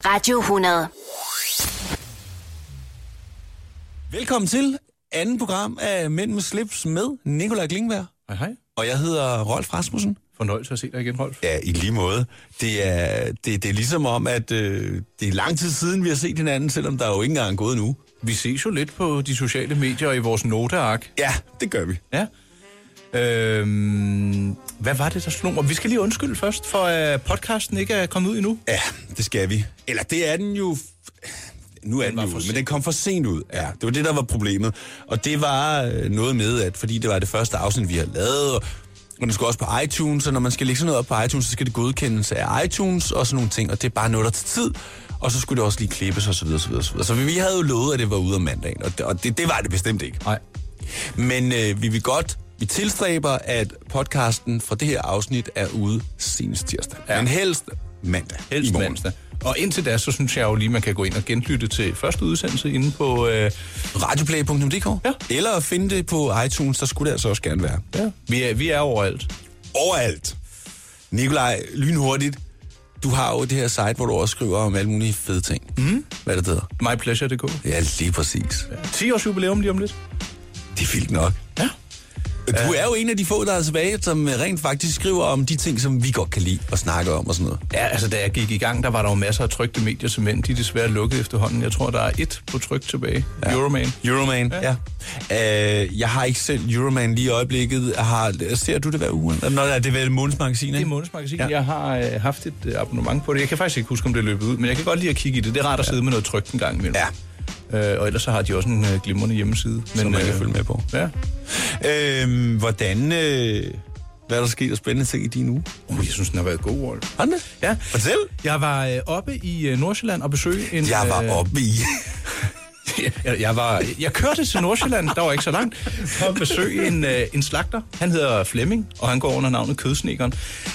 Radio 100. Velkommen til anden program af Mænd med slips med Nikolaj Klingberg. Hej, hej. Og jeg hedder Rolf Rasmussen. Fornøjelse at se dig igen, Rolf. Ja, i lige måde. Det er ligesom om, at det er lang tid siden, vi har set hinanden, selvom der er jo ikke engang gået nu. Vi ses jo lidt på de sociale medier og i vores noteark. Ja, det gør vi. Ja. Hvad var det, der slog mig? Vi skal lige undskylde først, for at podcasten ikke er kommet ud endnu. Ja, det skal vi. Eller det er den jo... Nu er den jo ud, men den kom for sent ud. Ja, det var det, der var problemet. Og det var noget med, at fordi det var det første afsnit, vi har lavet, og den skulle også på iTunes, og når man skal lægge sådan noget op på iTunes, så skal det godkendes af iTunes og sådan nogle ting, og det er bare noget, der tager tid. Og så skulle det også lige klippes og så videre, så videre, så videre. Så vi havde jo lovet, at det var ude om mandagen, og det var det bestemt ikke. Nej. Men vi tilstræber, at podcasten fra det her afsnit er ude senest tirsdag. Ja. Men helst mandag. Helst mandag. Og indtil da, så synes jeg jo lige, man kan gå ind og genlytte til første udsendelse inde på radioplay.dk. Ja. Eller finde det på iTunes, der skulle det altså også gerne være. Ja. Vi er overalt. Overalt. Nikolaj, lynhurtigt. Du har jo det her site, hvor du også skriver om alle mulige fede ting. Mm. Hvad er det hedder? mypleasure.dk. Ja, lige præcis. Ja. 10 års jubilæum lige om lidt. Det er vildt nok. Ja. Du er jo en af de få, der er tilbage, som rent faktisk skriver om de ting, som vi godt kan lide og snakke om og sådan noget. Ja, altså da jeg gik i gang, der var der jo masser af trykte medier, som de er desværre lukket efterhånden. Jeg tror, der er et på tryk tilbage. Ja. Euroman, ja. Jeg har ikke selv Euroman lige i øjeblikket. Ser du det hver uge? Nå, det er vel Månedsmagasin, ikke? Det er Månedsmagasin. Ja. Jeg har haft et abonnement på det. Jeg kan faktisk ikke huske, om det er løbet ud, men jeg kan godt lide at kigge i det. Det er rart at sidde med noget trykt en gang imellem. Ja. Og ellers så har de også en glimrende hjemmeside. Som man kan følge med på. Ja. Hvad er der sket af spændende ting i din uge? Jeg synes, den har været god, Rolf. Har den det? Ja. Fortæl. Jeg var oppe i Nordsjælland og besøgte en... Jeg var oppe i... Jeg kørte til Nordsjælland, der var ikke så langt, for at besøge en slagter. Han hedder Flemming, og han går under navnet Kødsnekeren.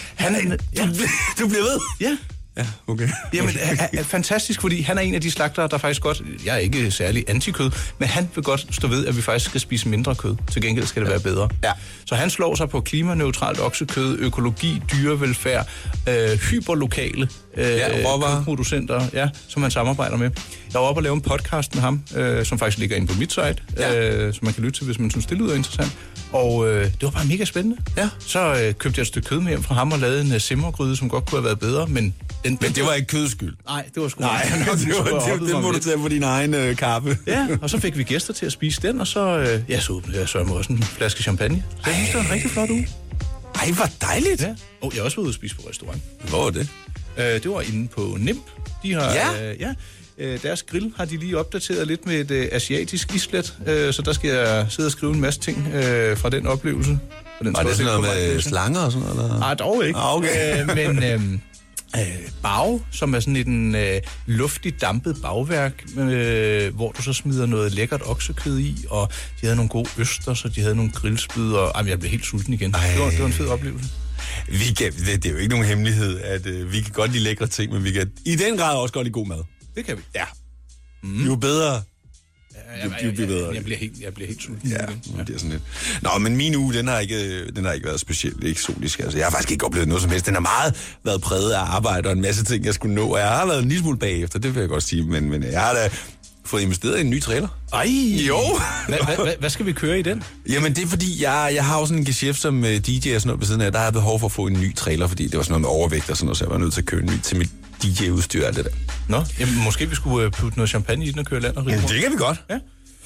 Du bliver ved? Ja. Ja, okay. Jamen, er fantastisk, fordi han er en af de slagtere, der faktisk godt... Jeg er ikke særlig antikød, men han vil godt stå ved, at vi faktisk skal spise mindre kød. Til gengæld skal det være bedre. Ja. Så han slår sig på klimaneutralt oksekød, økologi, dyrevelfærd, hyperlokale kødproducenter, som han samarbejder med. Jeg var oppe og lave en podcast med ham, som faktisk ligger inde på mit site, som man kan lytte til, hvis man synes, det lyder interessant. Og det var bare mega spændende. Ja. Så købte jeg et stykke kød med hjem fra ham og lavede en simmergryde, som godt kunne have været bedre, men det var ikke kødskyld. Nej, det var sgu det må du tage på din egen kaffe. Ja, og så fik vi gæster til at spise den, og så åbnede jeg så også en flaske champagne. Så jeg synes, det var en rigtig flot uge. Ej, hvor dejligt. Ja. Og jeg er også været ude at spise på restaurant. Hvor var det? Det var inde på NIMP. De har, deres grill har de lige opdateret lidt med et asiatisk islet, så der skal jeg sidde og skrive en masse ting fra den oplevelse. Var det sådan noget med slanger og sådan noget? Eller? Nej, dog ikke. Okay. Men bag, som er sådan en luftigt dampet bagværk, hvor du så smider noget lækkert oksekød i, og de havde nogle gode øster, så de havde nogle grillspyd, og jeg blev helt sulten igen. Det var en fed oplevelse. Det er jo ikke nogen hemmelighed, at vi kan godt lide lækre ting, men vi kan i den grad også godt lide god mad. Det kan vi. Ja. Jo bedre. Jeg bliver helt sulten. Ja, det er sådan lidt. Nå, men min uge, den har ikke været specielt eksotisk. Altså, jeg har faktisk ikke oplevet noget som helst. Den har meget været præget af arbejde og en masse ting, jeg skulle nå. Og jeg har været en lille smule bagefter, det vil jeg godt sige. Men jeg har da fået investeret i en ny trailer. Ej! Jo! Hvad skal vi køre i den? Jamen, det er fordi, jeg har jo sådan en geschæft som DJ og sådan noget ved siden af. Der har jeg behov for at få en ny trailer, fordi det var sådan noget med overvægt og sådan noget, så jeg var nødt til at købe en ny til mit DJ-udstyr og alt det der. Nå, jamen, måske vi skulle putte noget champagne i den og køre land og rive. Det kan vi godt. Ja.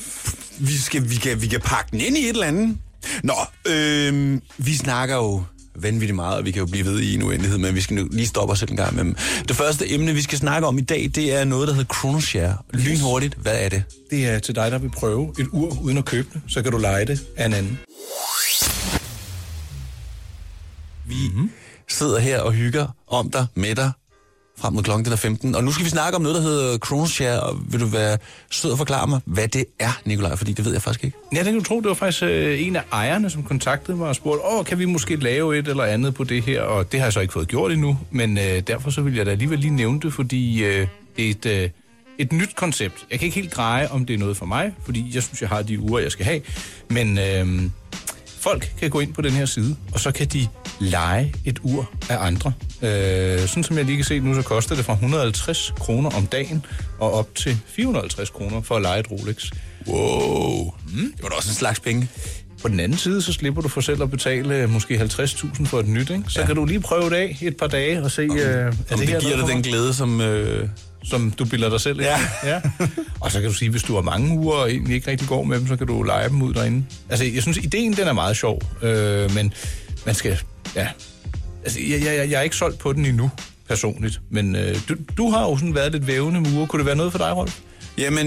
Vi kan pakke den ind i et eller andet. Nå, vi snakker jo vanvittigt meget, og vi kan jo blive ved i en uendelighed, men vi skal nu lige stoppe os selv en gang med dem. Det første emne, vi skal snakke om i dag, det er noget, der hedder Chronoshare. Lynhurtigt, hvad er det? Det er til dig, der vil prøve et ur uden at købe det, så kan du leje det af en anden. Vi sidder her og hygger om dig, med dig, frem mod klokken den er 15. Og nu skal vi snakke om noget, der hedder Chronoshare, og vil du være sød og forklare mig, hvad det er, Nikolaj, fordi det ved jeg faktisk ikke. Ja, det kan du tro. Det var faktisk en af ejerne, som kontaktede mig og spurgte, kan vi måske lave et eller andet på det her? Og det har jeg så ikke fået gjort endnu, men derfor så vil jeg da alligevel lige nævne det, fordi det er et nyt koncept. Jeg kan ikke helt greje, om det er noget for mig, fordi jeg synes, jeg har de uger, jeg skal have. Men folk kan gå ind på den her side, og så kan de leje et ur af andre. Sådan som jeg lige kan se nu, så koster det fra 150 kroner om dagen og op til 450 kroner for at leje et Rolex. Wow. Det var da også en slags penge. På den anden side, så slipper du for selv at betale måske 50.000 for et nyt, ikke? Så kan du lige prøve det af et par dage og se, om det giver dig den glæde, som du bilder dig selv. Ja. Og så kan du sige, hvis du har mange uger og egentlig ikke rigtig går med dem, så kan du lege dem ud derinde. Altså, jeg synes, ideen den er meget sjov, men man skal... Ja. Altså, jeg er ikke solgt på den endnu, personligt. Men du har jo sådan været lidt vævende med uger. Kunne det være noget for dig, Rolf? Jamen,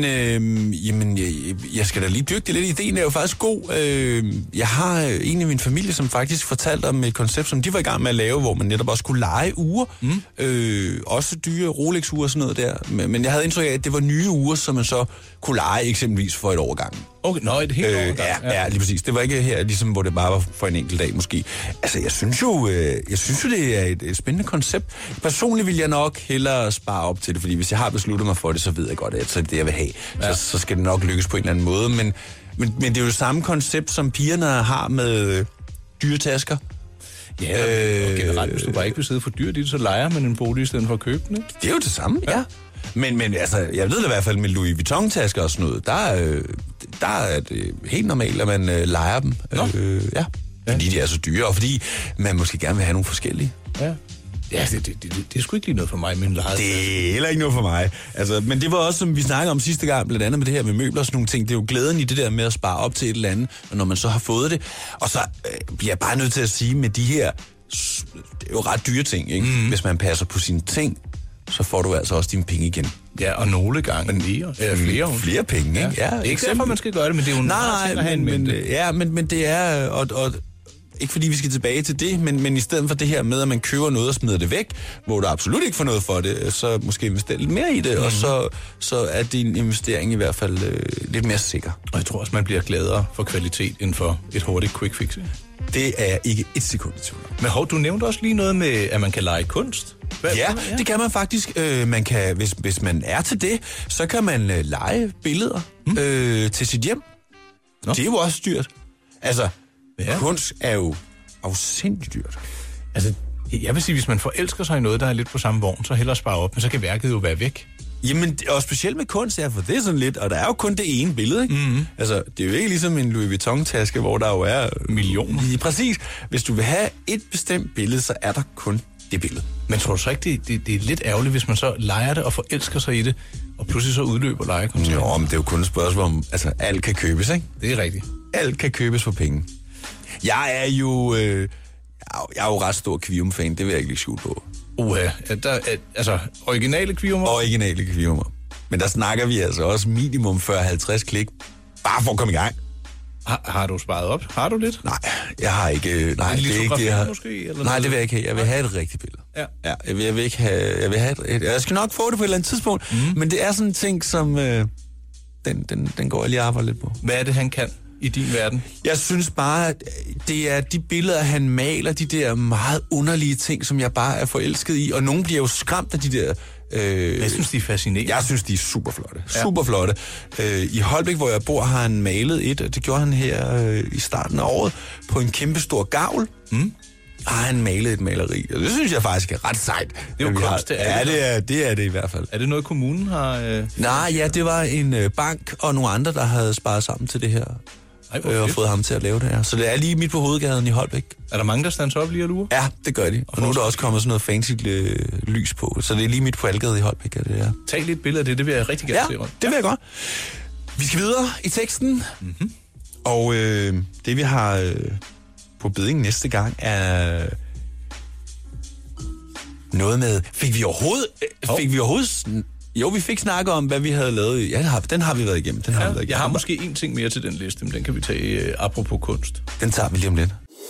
jeg skal da lige dyrke det lidt. Ideen er jo faktisk god. Jeg har en i min familie, som faktisk fortalte om et koncept, som de var i gang med at lave, hvor man netop også kunne leje uger. Også dyre Rolex-uger og sådan noget der. Men jeg havde indtryk af, at det var nye uger, som man så kunne leje eksempelvis for et år gangen. Okay, et helt år gang. Ja, lige præcis. Det var ikke her, ligesom hvor det bare var for en enkelt dag måske. Altså, jeg synes jo, det er et spændende koncept. Personligt vil jeg nok hellere spare op til det, fordi hvis jeg har besluttet mig for det, så ved jeg godt, at så er det, jeg vil have. Ja. Så skal det nok lykkes på en eller anden måde. Men det er jo det samme koncept, som pigerne har med dyre tasker. Ja, og generelt, hvis du bare ikke vil sidde for dyrt i det, så lejer man en bolig i stedet for at købe den, ikke? Det er jo det samme, ja. Men altså, jeg ved det i hvert fald med Louis Vuitton-tasker og sådan noget, der er det helt normalt, at man lejer dem. Ja, fordi de er så dyre, og fordi man måske gerne vil have nogle forskellige. Ja, det er sgu ikke lige noget for mig, men lejet. Det er heller ikke noget for mig. Altså, men det var også, som vi snakkede om sidste gang, blandt andet med det her med møbler og sådan nogle ting. Det er jo glæden i det der med at spare op til et eller andet, når man så har fået det. Og så bliver jeg bare nødt til at sige, med de her, det er jo ret dyre ting, ikke? Hvis man passer på sine ting, så får du altså også dine penge igen. Ja, og nogle gange flere penge, ikke? Ja, ikke derfor, man skal gøre det, men det er jo men det er... Og ikke fordi vi skal tilbage til det, men i stedet for det her med, at man køber noget og smider det væk, hvor du absolut ikke får noget for det, så måske investere lidt mere i det, og så er din investering i hvert fald lidt mere sikker. Og jeg tror også, man bliver gladere for kvalitet end for et hurtigt quick fix. Det er jeg ikke et sekund i tvivl om. Men hov, du nævnte også lige noget med, at man kan lege kunst. Ja, det kan man faktisk. Man kan, hvis man er til det, så kan man lege billeder til sit hjem. Det er jo også dyrt. Altså, kunst er jo afsindigt dyrt. Altså, jeg vil sige, hvis man forelsker sig i noget, der er lidt på samme vogn, så hellere spare op, men så kan værket jo være væk. Jamen, og specielt med kunst, for det er sådan lidt, og der er jo kun det ene billede, ikke? Altså, det er jo ikke ligesom en Louis Vuitton-taske, hvor der jo er millioner. Præcis. Hvis du vil have et bestemt billede, så er der kun det billede. Men tror du så ikke, det er lidt ærgerligt, hvis man så leger det og forelsker sig i det, og pludselig så udløber lejekontrakten? Jo, men det er jo kun et spørgsmål om, altså, alt kan købes, ikke? Det er rigtigt. Alt kan købes for penge. Jeg er jo ret stor Kvium-fan, det vil jeg ikke lægge skjul på. Altså originale Kviumer? Originale Kviumer. Men der snakker vi altså også minimum 40-50 klik, bare for at komme i gang. Har du sparet op? Har du lidt? Nej, jeg har ikke. Nej, det er ikke det, jeg har. Måske, eller nej, det vil jeg ikke have. Jeg vil have et rigtigt billede. Ja, jeg vil ikke have. Jeg vil have et. Jeg skal nok få det på et eller andet tidspunkt, men det er sådan en ting, som den går jeg lige at arbejde lidt på. Hvad er det, han kan i din verden? Jeg synes bare, at det er de billeder, han maler, de der meget underlige ting, som jeg bare er forelsket i, og nogen bliver jo skræmt af de der... jeg synes, de er fascinerende. Jeg synes, de er super flotte. Super flotte. I Holbæk, hvor jeg bor, har han malet et, og det gjorde han her i starten af året, på en kæmpe stor gavl. Har han malet et maleri, og det synes jeg faktisk er ret sejt. Det er jo kunst, det er det. Det er det i hvert fald. Er det noget, kommunen har... Nej, ja, det var en bank og nogle andre, der havde sparet sammen til det her. Og fået ham til at lave det her. Så det er lige midt på hovedgaden i Holbæk. Er der mange, der standser op lige og lurer? Ja, det gør de. Og nu er der også kommet sådan noget fancy lys på. Så det er lige midt på Algade i Holbæk, det her. Tag lidt billeder af det vil jeg rigtig gerne se. Ja, det vil jeg godt. Vi skal videre i teksten. Og det vi har på beding næste gang er noget med... Fik vi overhovedet... Jo, vi fik snakket om, hvad vi havde lavet. Ja, den har vi været igennem. Jeg har måske en ting mere til den liste, men den kan vi tage apropos kunst. Den tager vi lige om lidt.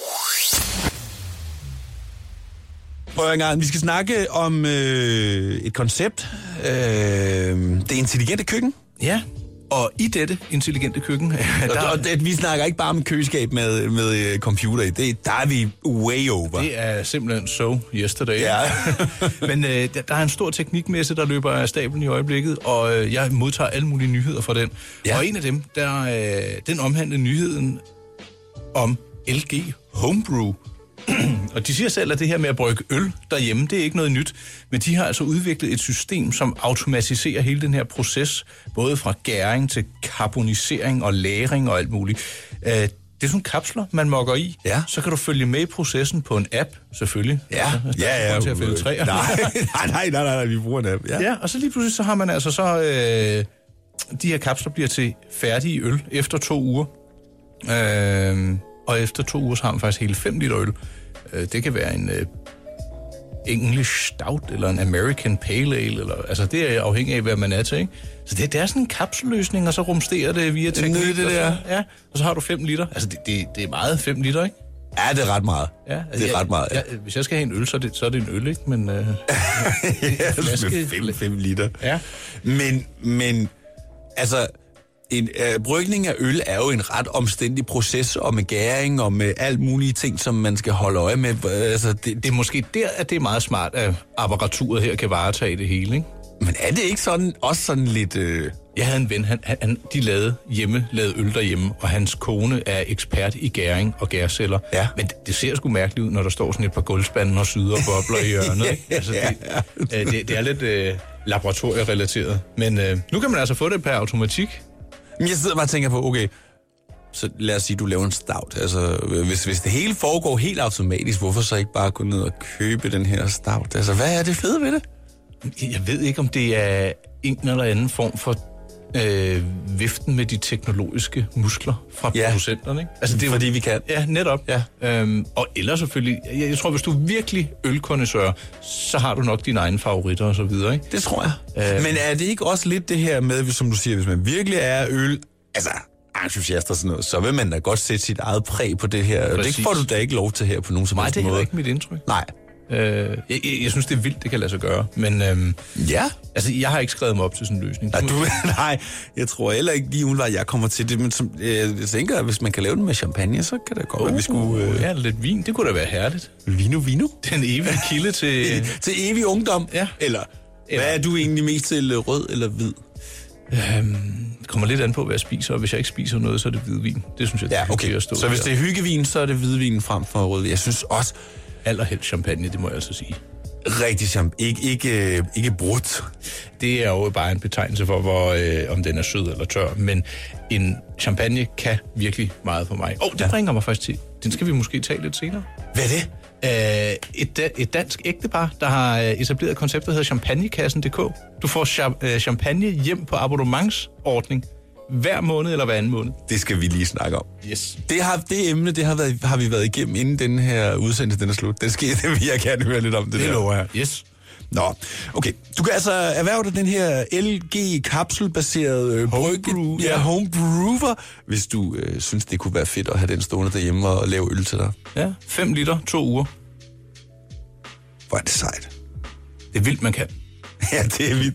Prøv en gang. Vi skal snakke om et koncept. Det intelligente køkken. Ja. Og i dette intelligente køkken... vi snakker ikke bare om køleskab med computer i. Der er vi way over. Det er simpelthen so yesterday. Ja. Men der er en stor teknikmesse, der løber af stablen i øjeblikket, og jeg modtager alle mulige nyheder fra den. Ja. Og en af dem, den omhandler nyheden om LG Homebrew. Og de siger selv, at det her med at brygge øl derhjemme, det er ikke noget nyt. Men de har altså udviklet et system, som automatiserer hele den her proces, både fra gæring til karbonisering og lagring og alt muligt. Det er sådan nogle kapsler, man mokker i. Ja. Så kan du følge med i processen på en app, selvfølgelig. Ja, ja. Til at fælde træer. Nej, vi bruger en app. Ja, og så lige pludselig så har man altså så... de her kapsler bliver til færdige øl efter 2 uger. Og efter 2 uger, så har man faktisk hele 5 liter øl. Det kan være en English Stout, eller en American Pale Ale, eller, altså det er afhængig af, hvad man er til, ikke? Så det er sådan en kapselløsning, og så rumsterer det via teknik. Det der. Ja, og så har du 5 liter. Altså det er meget 5 liter, ikke? Ja, det er ret meget. Ja, det er ret meget. Ja. Hvis jeg skal have en øl, så er det en øl, ikke? Men med 5 liter. Ja. Men altså... En brygning af øl er jo en ret omstændig proces, og med gæring og med alt mulige ting, som man skal holde øje med. Altså, det er måske der, at det er meget smart, at apparaturet her kan varetage det hele, ikke? Men er det ikke sådan, også sådan lidt... Jeg havde en ven, de lavede øl derhjemme, og hans kone er ekspert i gæring og gærceller. Ja. Men det ser sgu mærkeligt ud, når der står sådan et par gulvspande og syder og bobler i hjørnet, ikke? Altså, det er lidt laboratorierelateret. Men nu kan man altså få det per automatik. Men jeg sidder bare og tænker på, okay, så lad os sige, du laver en stout. Altså, hvis det hele foregår helt automatisk, hvorfor så ikke bare gå ned og købe den her stout? Altså, hvad er det fede ved det? Jeg ved ikke, om det er en eller anden form for viften med de teknologiske muskler fra producenterne, ikke? Altså, det er fordi, vi kan. Ja, netop. Ja. Og ellers selvfølgelig, jeg tror, hvis du er virkelig ølkondensør, så har du nok dine egne favoritter og så videre, ikke? Det tror jeg. Men er det ikke også lidt det her med, som du siger, hvis man virkelig er øl, altså entusiast og sådan noget, så vil man da godt sætte sit eget præg på det her. Præcis. Det får du da ikke lov til her på nogen som helst måde. Nej, det er ikke mit indtryk. Nej. Jeg synes, det er vildt, det kan lade sig gøre. Men altså, jeg har ikke skrevet mig op til sådan en løsning. Nej, jeg tror heller ikke lige umiddelbart, jeg kommer til det. Men jeg tænker, at hvis man kan lave den med champagne, så kan det godt være, vi skulle... Ja, lidt vin, det kunne da være herligt. Vino? Den evige kilde til... til evig ungdom? Ja. Eller hvad er du egentlig mest til, rød eller hvid? Det kommer lidt an på, hvad jeg spiser, og hvis jeg ikke spiser noget, så er det hvidvin. Det synes jeg, det er okay. At stå. Så hvis det er hyggevin, så er det hvidvin frem for rødvin. Jeg synes også... Allerhelst champagne, det må jeg altså sige. Rigtig champagne. Ikke brudt. Det er jo bare en betegnelse for, om den er sød eller tør. Men en champagne kan virkelig meget for mig. Det bringer mig faktisk til. Den skal vi måske tale lidt senere. Hvad er det? Et dansk ægtepar, der har etableret et koncept, der hedder champagnekassen.dk. Du får champagne hjem på abonnementsordning. Hver måned eller hver anden måned. Det skal vi lige snakke om. Yes. Det emne, har vi været igennem, inden den her udsendelse den er slut. Det vil jeg gerne høre lidt om. Det lover jeg. Yes. Nå, okay. Du kan altså erhverve dig den her LG kapselbaserede homebrewer, hvis du synes, det kunne være fedt at have den stående derhjemme og lave øl til dig. Ja, 5 liter, 2 uger. Hvor er det sejt. Det er vildt, man kan. Ja, det er vildt.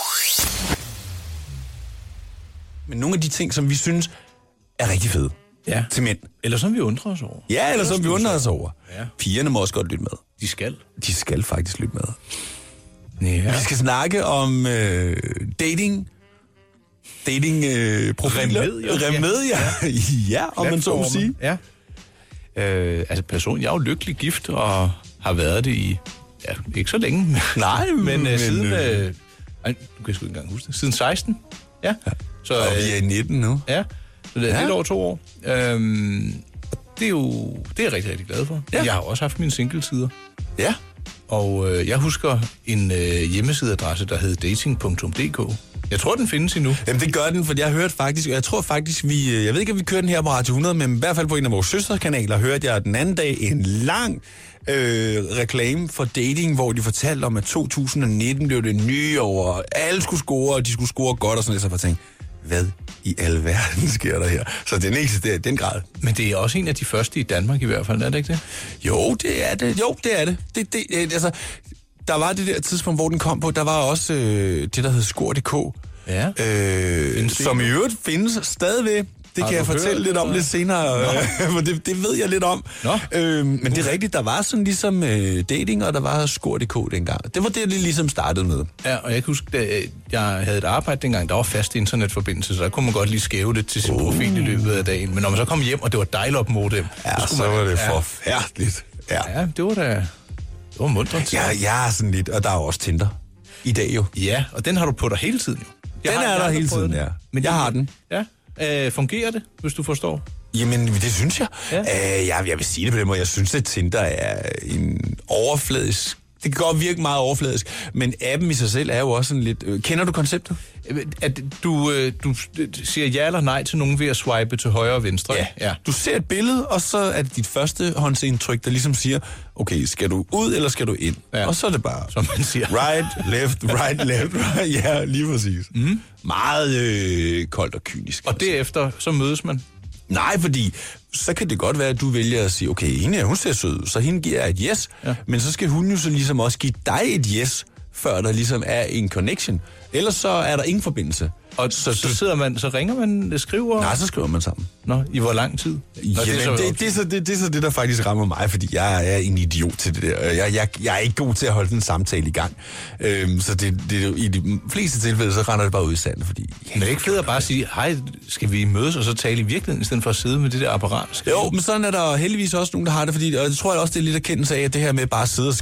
Men nogle af de ting, som vi synes er rigtig fede til mænd. Eller som vi undrer os over. Ja, eller som vi undrer os over. Ja. Pigerne må også godt lytte med. De skal faktisk lytte med. Ja. Vi skal snakke om dating profiler. Remedier. Ja, om man så må sige. Ja. Altså personligt, jeg er jo lykkelig gift og har været det i ikke så længe. Nej, men siden du kan sgu ikke engang huske det. Siden 16. Ja. Så vi er i 19 nu. Ja. Så det er lidt over 2 år. Det er jeg rigtig, rigtig glad for. Ja. Jeg har også haft mine single-tider. Ja. Og jeg husker en hjemmesideadresse, der hed dating.dk. Jeg tror, den findes endnu. Jamen, det gør den, for jeg hørte faktisk, og jeg tror faktisk, jeg ved ikke, om vi kører den her på Radio 100, men i hvert fald på en af vores søsterkanaler, hørte jeg den anden dag en lang reklame for dating, hvor de fortalte om, at 2019 blev det nye år, og alle skulle score, og de skulle score godt og sådan lidt, så jeg tænkte, hvad i alverden sker der her? Så den eksisterer i den grad. Men det er også en af de første i Danmark i hvert fald, er det ikke det? Jo, det er det. Altså, der var det der tidspunkt, hvor den kom på, der var også det, der hed Score.dk, som i øvrigt findes stadigvæk. Det kan jeg fortælle lidt om lidt senere, for det ved jeg lidt om. Men det er rigtigt, der var sådan ligesom dating, og der var Skor.dk dengang. Det var det ligesom startede med. Ja, og jeg kan huske, at jeg havde et arbejde dengang, der var fast internetforbindelse, så der kunne man godt lige skæve det til sin profil i løbet af dagen. Men når man så kom hjem, og det var dial-up modem, så var det forfærdeligt. Ja, det var mundt. Ja, sådan lidt, og der er jo også Tinder i dag jo. Ja, og den har du på dig hele tiden jo. Den er der hele tiden, ja. Men jeg har den. Ja. Fungerer det, hvis du forstår? Jamen, det synes jeg. Ja. Jeg vil sige det på den måde. Jeg synes, at Tinder er en overfladisk... Det kan godt virke meget overfladisk, men appen i sig selv er jo også sådan lidt... Kender du konceptet? At du siger ja eller nej til nogen ved at swipe til højre og venstre? Ja. Du ser et billede, og så er det dit første håndsindtryk, der ligesom siger, okay, skal du ud, eller skal du ind? Ja. Og så er det bare... Som man siger. Right, left, right. Ja, lige præcis. Meget koldt og kynisk. Og derefter, så mødes man? Nej, fordi så kan det godt være, at du vælger at sige, okay, hende hun ser sød ud, så hende giver jeg et yes, men så skal hun jo så ligesom også give dig et yes, før der ligesom er en connection. Ellers så er der ingen forbindelse. Og så ringer man, skriver? Nej, så skriver man sammen. Nå, i hvor lang tid? Det er så det, der faktisk rammer mig, fordi jeg er en idiot til det der. Jeg er ikke god til at holde den samtale i gang. Så det, i de fleste tilfælde, så render det bare ud i sandet, fordi... Men det er ikke fedt at bare sige, hej, skal vi mødes og så tale i virkeligheden, i stedet for at sidde med det der apparat? Jo, men sådan er der heldigvis også nogen, der har det, fordi, og jeg tror også, det er lidt erkendelse af, at det her med bare at sidde og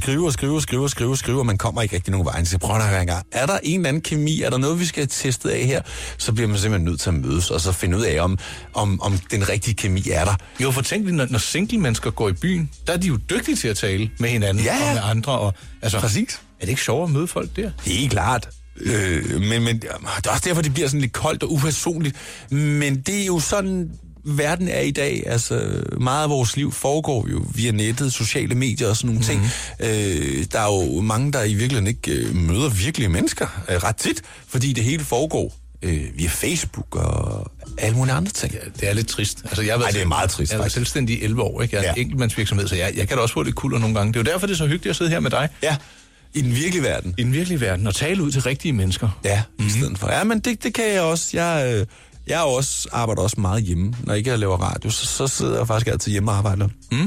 skrive, og man kommer ikke rigtig nogen vej. Så prøv at en gang. Er der en eller anden kemi? Er der noget, vi skal have testet af her? Så bliver man simpelthen nødt til at mødes, og så finde ud af, om den rigtige kemi er der. Jo, for tænk lige, når single mennesker går i byen, der er de jo dygtige til at tale med hinanden og med andre. Og, altså, præcis. Er det ikke sjovere at møde folk der? Helt klart. Men det er også derfor, det bliver sådan lidt koldt og upersonligt. Men det er jo sådan, verden er i dag. Altså, meget af vores liv foregår jo via nettet, sociale medier og sådan nogle ting. Der er jo mange, der i virkeligheden ikke møder virkelige mennesker ret tit, fordi det hele foregår via Facebook og alle mulige andre ting. Ja, det er lidt trist. Altså, det er meget trist. Jeg er selvstændig i 11 år, ikke? Jeg er en enkeltmandsvirksomhed, så jeg kan da også få lidt kulder nogle gange. Det er jo derfor, det er så hyggeligt at sidde her med dig. Ja, i den virkelige verden. I den virkelige verden, og tale ud til rigtige mennesker. Ja, i stedet for. Ja, men det kan jeg også. Jeg arbejder også meget hjemme. Når ikke jeg laver radio, så sidder jeg faktisk altid hjemme og arbejder.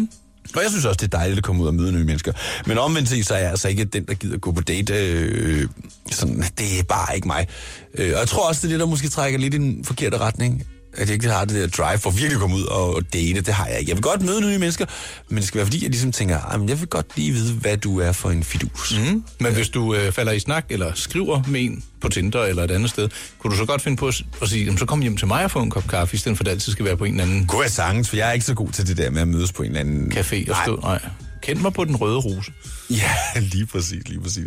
Og jeg synes også, det er dejligt at komme ud og møde nye mennesker. Men omvendt så er jeg altså ikke den, der gider gå på date. Sådan, det er bare ikke mig. Og jeg tror også, det er det, der måske trækker lidt i den forkerte retning. At jeg ikke har det der drive for virkelig at komme ud og date. Det har jeg ikke. Jeg vil godt møde nye mennesker, men det skal være fordi, jeg ligesom tænker, jeg vil godt lige vide, hvad du er for en fidus. Men hvis du falder i snak eller skriver med en på Tinder eller et andet sted, kunne du så godt finde på at sige, så kom hjem til mig og få en kop kaffe, i stedet for at det altid skal være på en eller anden... Kunne jeg sagtens, for jeg er ikke så god til det der med at mødes på en eller anden... Café og stå. Nej. Kend mig på den røde rose. Ja, lige præcis.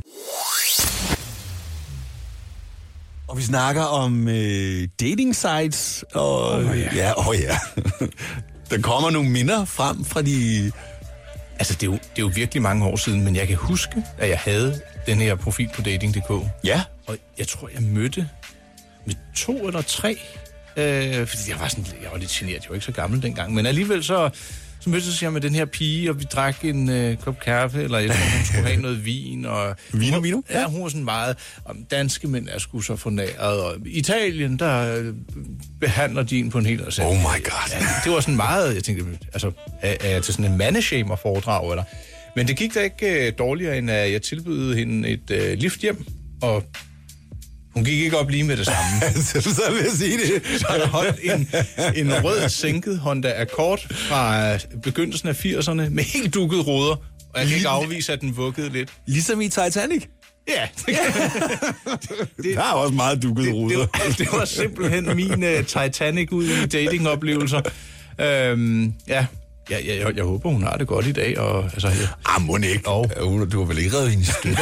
Og vi snakker om dating sites, og ja. Der kommer nogle minder frem fra de... Altså, det er jo virkelig mange år siden, men jeg kan huske, at jeg havde den her profil på dating.dk. Ja. Og jeg tror, jeg mødte med 2 eller 3, fordi jeg var lidt generet, jeg var ikke så gammel dengang, men alligevel så mødtes jeg med den her pige, og vi drak en kop kaffe, eller jeg tror, hun skulle have noget vin. Og Vino? Ja, hun var sådan meget, danske mænd er sgu så fornæret, og i Italien, der behandler de en på en helt... Oh my god. Ja, det var sådan meget, jeg tænkte, altså, er jeg til sådan en mandeshamer-foredrag, eller? Men det gik da ikke dårligere, end at jeg tilbød hende et lift hjem, og hun gik ikke op lige med det samme. Så vil jeg sige det. Så han holdt en rød sænket Honda Accord fra begyndelsen af 80'erne med helt dukket ruder, og jeg kan ikke afvise, at den vuggede lidt. Ligesom i Titanic? Ja. Der er også meget dukket ruder. Det var simpelthen min Titanic ud i datingoplevelser. Ja. Jeg håber, hun har det godt i dag. Og, altså, må ikke. Du har vel ikke reddet hendes stykker?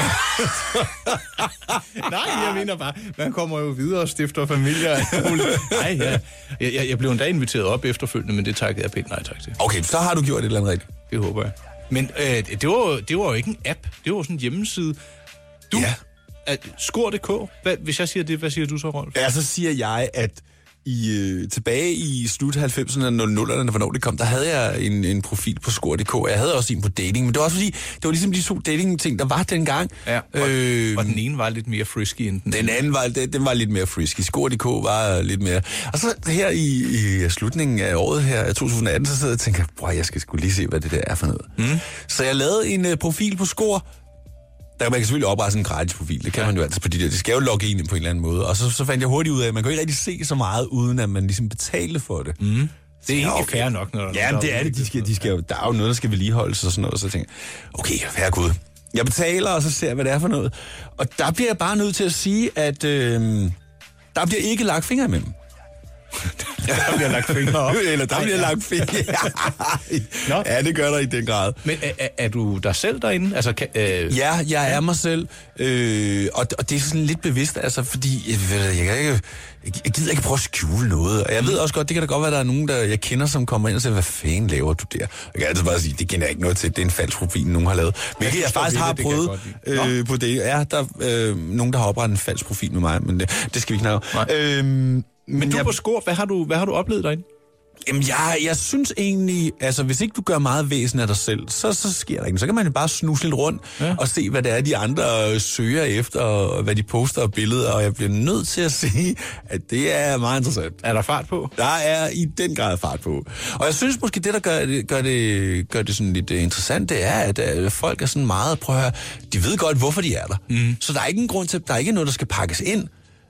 Nej, jeg mener bare, man kommer jo videre og stifter familier. Nej, jeg blev endda inviteret op efterfølgende, men det takkede jeg pænt nej tak til. Okay, så har du gjort et eller andet rigtigt. Det håber jeg. Men det var jo ikke en app, det var sådan en hjemmeside. Skor.dk, hvis jeg siger det, hvad siger du så, Rolf? Ja, så siger jeg, at tilbage i slut 90'erne og 00'erne, hvornår det kom, der havde jeg en profil på Score.dk. Jeg havde også en på dating, men det var også fordi, det var ligesom de 2 dating-ting, der var dengang. Ja, og den ene var lidt mere frisky end den anden var lidt mere frisky. Score.dk var lidt mere. Og så her i slutningen af året her, 2018, så sidder jeg og tænker, jeg skal sgu lige se, hvad det der er for noget. Så jeg lavede en profil på Score. Der man kan selvfølgelig oprette en gratis profil, det kan man jo altid på de der. Det skal jo logge ind på en eller anden måde. Og så fandt jeg hurtigt ud af, at man kan ikke rigtig se så meget, uden at man ligesom betaler for det. Det er egentlig fair nok, når ja, men det er det. De skal jo, der er jo noget, der skal vedligeholdes og sådan noget. Så tænker jeg, okay, herregud. Jeg betaler, og så ser jeg, hvad det er for noget. Og der bliver jeg bare nødt til at sige, at der bliver ikke lagt fingre imellem. Der bliver lagt fingre op. Eller der bliver lagt fingre. Ja, det gør der i den grad. Men er du dig selv derinde? Altså, Ja, jeg er mig selv. Og det er sådan lidt bevidst, altså, fordi jeg gider ikke prøve at skjule noget. Og jeg ved også godt, det kan da godt være, at der er nogen, der jeg kender, som kommer ind og siger, hvad fanden laver du der? Jeg kan altid bare sige, det kender jeg ikke noget til. Det er en falsk profil, nogen har lavet. Men jeg faktisk har prøvet på det. Ja, der er nogen, der har oprettet en falsk profil med mig, men det skal vi ikke snakke. Men du på Score, hvad har du oplevet derinde? Jamen, jeg synes egentlig, altså hvis ikke du gør meget væsen af dig selv, så sker der ikke. Så kan man jo bare snuse lidt rundt og se, hvad det er, de andre søger efter, og hvad de poster af billeder, og jeg bliver nødt til at sige, at det er meget interessant. Er der fart på? Der er i den grad fart på. Og jeg synes måske, det, der gør det sådan lidt interessant, det er, at folk er sådan meget, prøv at høre, de ved godt, hvorfor de er der. Så der er ikke en grund til, der er ikke noget, der skal pakkes ind.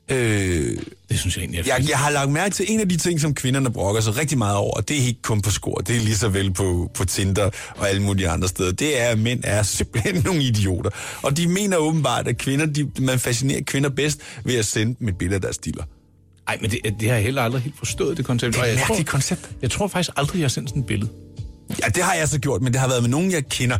Det synes jeg egentlig er fint. Jeg har lagt mærke til en af de ting, som kvinderne brokker sig rigtig meget over, det er ikke kun på Score, det er lige så vel på Tinder og alle mulige andre steder. Det er, at mænd er simpelthen nogle idioter. Og de mener åbenbart, at man fascinerer kvinder bedst ved at sende dem et billede af deres diller. Nej, men det har jeg heller aldrig helt forstået, det koncept. Det er et mærkeligt koncept. Jeg tror faktisk aldrig, jeg har sendt sådan et billede. Ja, det har jeg så gjort, men det har været med nogen, jeg kender.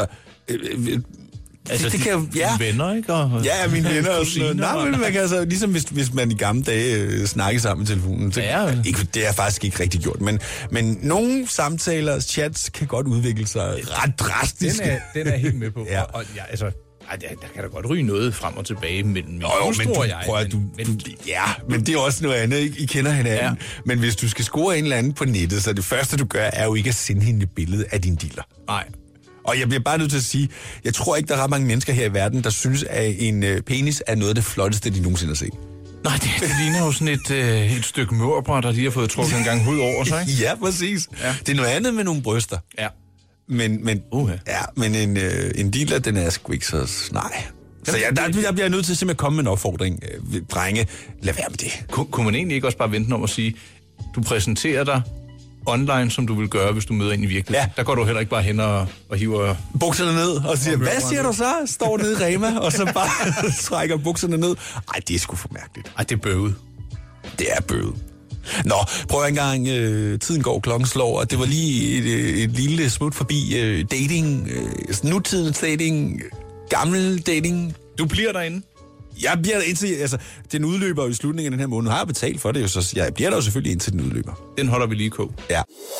Altså, det kan dine venner, ikke? Ja, mine venner og sådan noget. Nej, men man kan altså, ligesom hvis man i gamle dage snakker sammen i telefonen, så det er faktisk ikke rigtig gjort. Men nogle samtaler, chats, kan godt udvikle sig ret drastisk. Den er helt med på. Ja. Og der kan da godt ryge noget frem og tilbage mellem min hustru og jeg. Men det er også noget andet, ikke? I kender hinanden. Ja. Men hvis du skal score en eller anden på nettet, så det første, du gør, er jo ikke at sende hende et billede af din dealer. Nej. Og jeg bliver bare nødt til at sige, jeg tror ikke, der er ret mange mennesker her i verden, der synes, at en penis er noget af det flotteste, de nogensinde har set. Nej, det ligner jo sådan et stykke mørbrad, der lige har fået trukket en gang hud over sig, ikke? Ja, præcis. Ja. Det er noget andet med nogle bryster. Ja. Men en dealer, den er sgu ikke så... Nej. Så jeg bliver nødt til simpelthen at komme med en opfordring. Drenge, lad være med det. Kunne man egentlig ikke også bare vente om at sige, du præsenterer dig online, som du vil gøre, hvis du møder ind i virkeligheden. Ja. Der går du heller ikke bare hen og hiver bukserne ned og siger, hvad siger du så? Står nede i Rema, og så bare trækker bukserne ned. Ej, det er sgu for mærkeligt. Ej, det er bøvet. Det er bøvet. Nå, prøv en gang, tiden går, klokken slår, og det var lige et lille smut forbi dating, nutidens dating, gammel dating. Du bliver derinde? Jeg bliver der indtil, altså, den udløber i slutningen af den her måned. Nu har jeg betalt for det jo, så jeg bliver der jo selvfølgelig indtil den udløber. Den holder vi lige kog. Ja.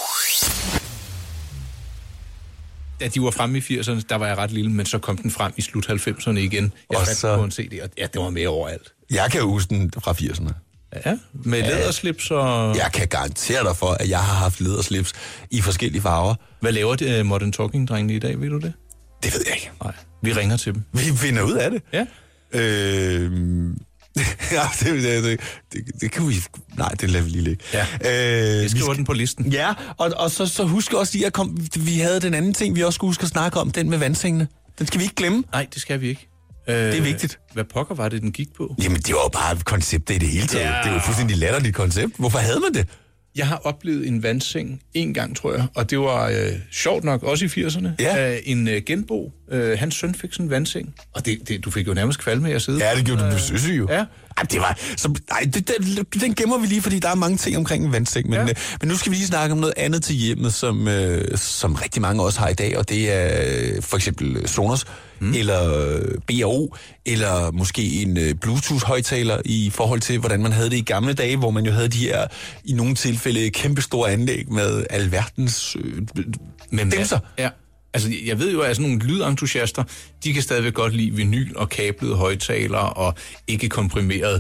Da de var fremme i 80'erne, der var jeg ret lille, men så kom den frem i slut 90'erne igen. Jeg fandt så på en CD, og det var mere overalt. Jeg kan huske den fra 80'erne. Ja, med læderslips og... Jeg kan garantere dig for, at jeg har haft læderslips i forskellige farver. Hvad laver de Modern Talking-drengene i dag, ved du det? Det ved jeg ikke. Nej, vi ringer til dem. Vi finder ud af det. Ja. Ja, det kan vi... Nej, det lader vi lige ligge. Ja. Jeg skriver den på listen. Ja, og så husk også, vi havde den anden ting, vi også skulle huske at snakke om, den med vandsengene. Den skal vi ikke glemme. Nej, det skal vi ikke. Det er vigtigt. Hvad pokker var det, den gik på? Jamen, det var jo bare konceptet i det hele taget. Ja. Det var jo fuldstændig latterligt koncept. Hvorfor havde man det? Jeg har oplevet en vandseng en gang, tror jeg, og det var sjovt nok, også i 80'erne, en genbo. Hans søn fik sådan en vandseng, og du fik jo nærmest kvalme med at sidde. Ja, det gjorde du søsyg jo. Ja. Ej, det var... den gemmer vi lige, fordi der er mange ting omkring en vandseng, men nu skal vi lige snakke om noget andet til hjemmet, som rigtig mange også har i dag, og det er for eksempel Sonos, eller B&O, eller måske en Bluetooth-højtaler i forhold til, hvordan man havde det i gamle dage, hvor man jo havde de her, i nogle tilfælde, kæmpestore anlæg med alverdens dimser. Ja. Altså, jeg ved jo, at sådan nogle lydentusiaster, de kan stadigvæk godt lide vinyl og kablede højtalere og ikke komprimeret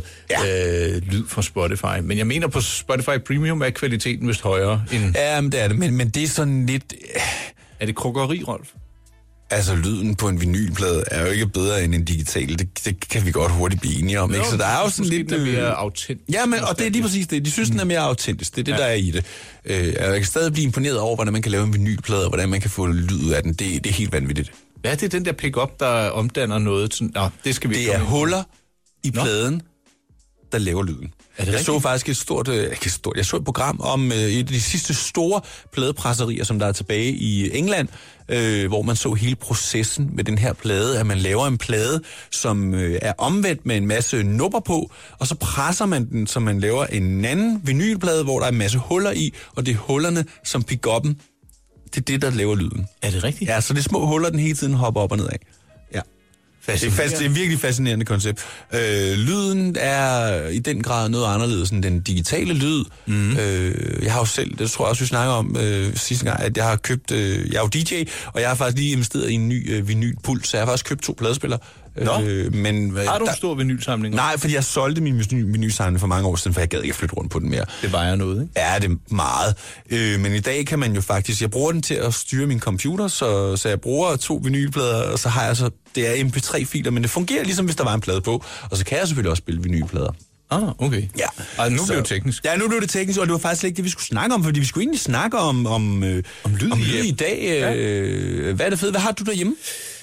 lyd fra Spotify. Men jeg mener, på Spotify Premium er kvaliteten vist højere end... Ja, men det er det. Men det er sådan lidt... Er det krukkeri, Rolf? Altså, lyden på en vinylplade er jo ikke bedre end en digital. Det kan vi godt hurtigt blive enige om, ikke? Så der er jo sådan lidt... mere autentisk. Ja, men, og det er lige præcis det. De synes, den er mere autentisk. Det er det, der er i det. Jeg kan stadig blive imponeret over, hvordan man kan lave en vinylplade, og hvordan man kan få lyd ud af den. Det er helt vanvittigt. Ja, det er den der pick-up, der omdanner noget til... Nå, det skal vi ikke. Det er huller i pladen, der laver lyden. Jeg så faktisk jeg så et program om et af de sidste store pladepresserier, som der er tilbage i England, hvor man så hele processen med den her plade, at man laver en plade, som er omvendt med en masse nupper på, og så presser man den, så man laver en anden vinylplade, hvor der er en masse huller i, og det er hullerne, som pick-up'en, det er det, der laver lyden. Er det rigtigt? Ja, så det er små huller, den hele tiden hopper op og ned af. Ja. Det er et virkelig fascinerende koncept. Lyden er i den grad noget anderledes end den digitale lyd. Jeg har jo selv, det tror jeg også, vi snakker om sidste gang, at jeg har købt, jeg er jo DJ, og jeg har faktisk lige investeret i en ny vinylpult, så jeg har faktisk købt 2 pladespillere. Men har du en stor vinylsamling? Nej, fordi jeg solgte min vinylsamling for mange år siden, for jeg gad ikke at flytte rundt på den mere. Det vejer noget, ikke? Ja, det er meget. Men i dag kan man jo faktisk... Jeg bruger den til at styre min computer, så jeg bruger 2 vinylplader, og så har jeg så... Det er MP3-filer, men det fungerer ligesom, hvis der var en plade på. Og så kan jeg selvfølgelig også spille vinylplader. Okay. Ja. Og nu blev det teknisk. Ja, nu blev det teknisk, og det var faktisk ikke det, vi skulle snakke om, fordi vi skulle egentlig snakke om lyd i dag. Ja. Hvad er det fedt? Hvad har du derhjemme?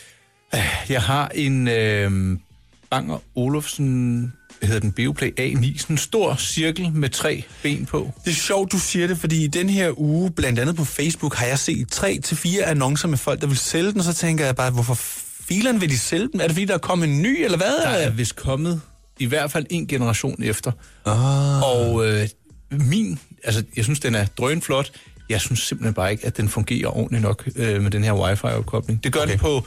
Jeg har en Bang & Olufsen, hedder den Beoplay A9, sådan en stor cirkel med 3 ben på. Det er sjovt, du siger det, fordi i den her uge, blandt andet på Facebook, har jeg set 3-4 annoncer med folk, der vil sælge den, og så tænker jeg bare, hvorfor filerne vil de sælge den? Er det fordi, der er kommet en ny, eller hvad? Der er vist kommet i hvert fald en generation efter. Og jeg synes, den er drønflot. Jeg synes simpelthen bare ikke, at den fungerer ordentligt nok med den her wifi-opkobling. Det gør den på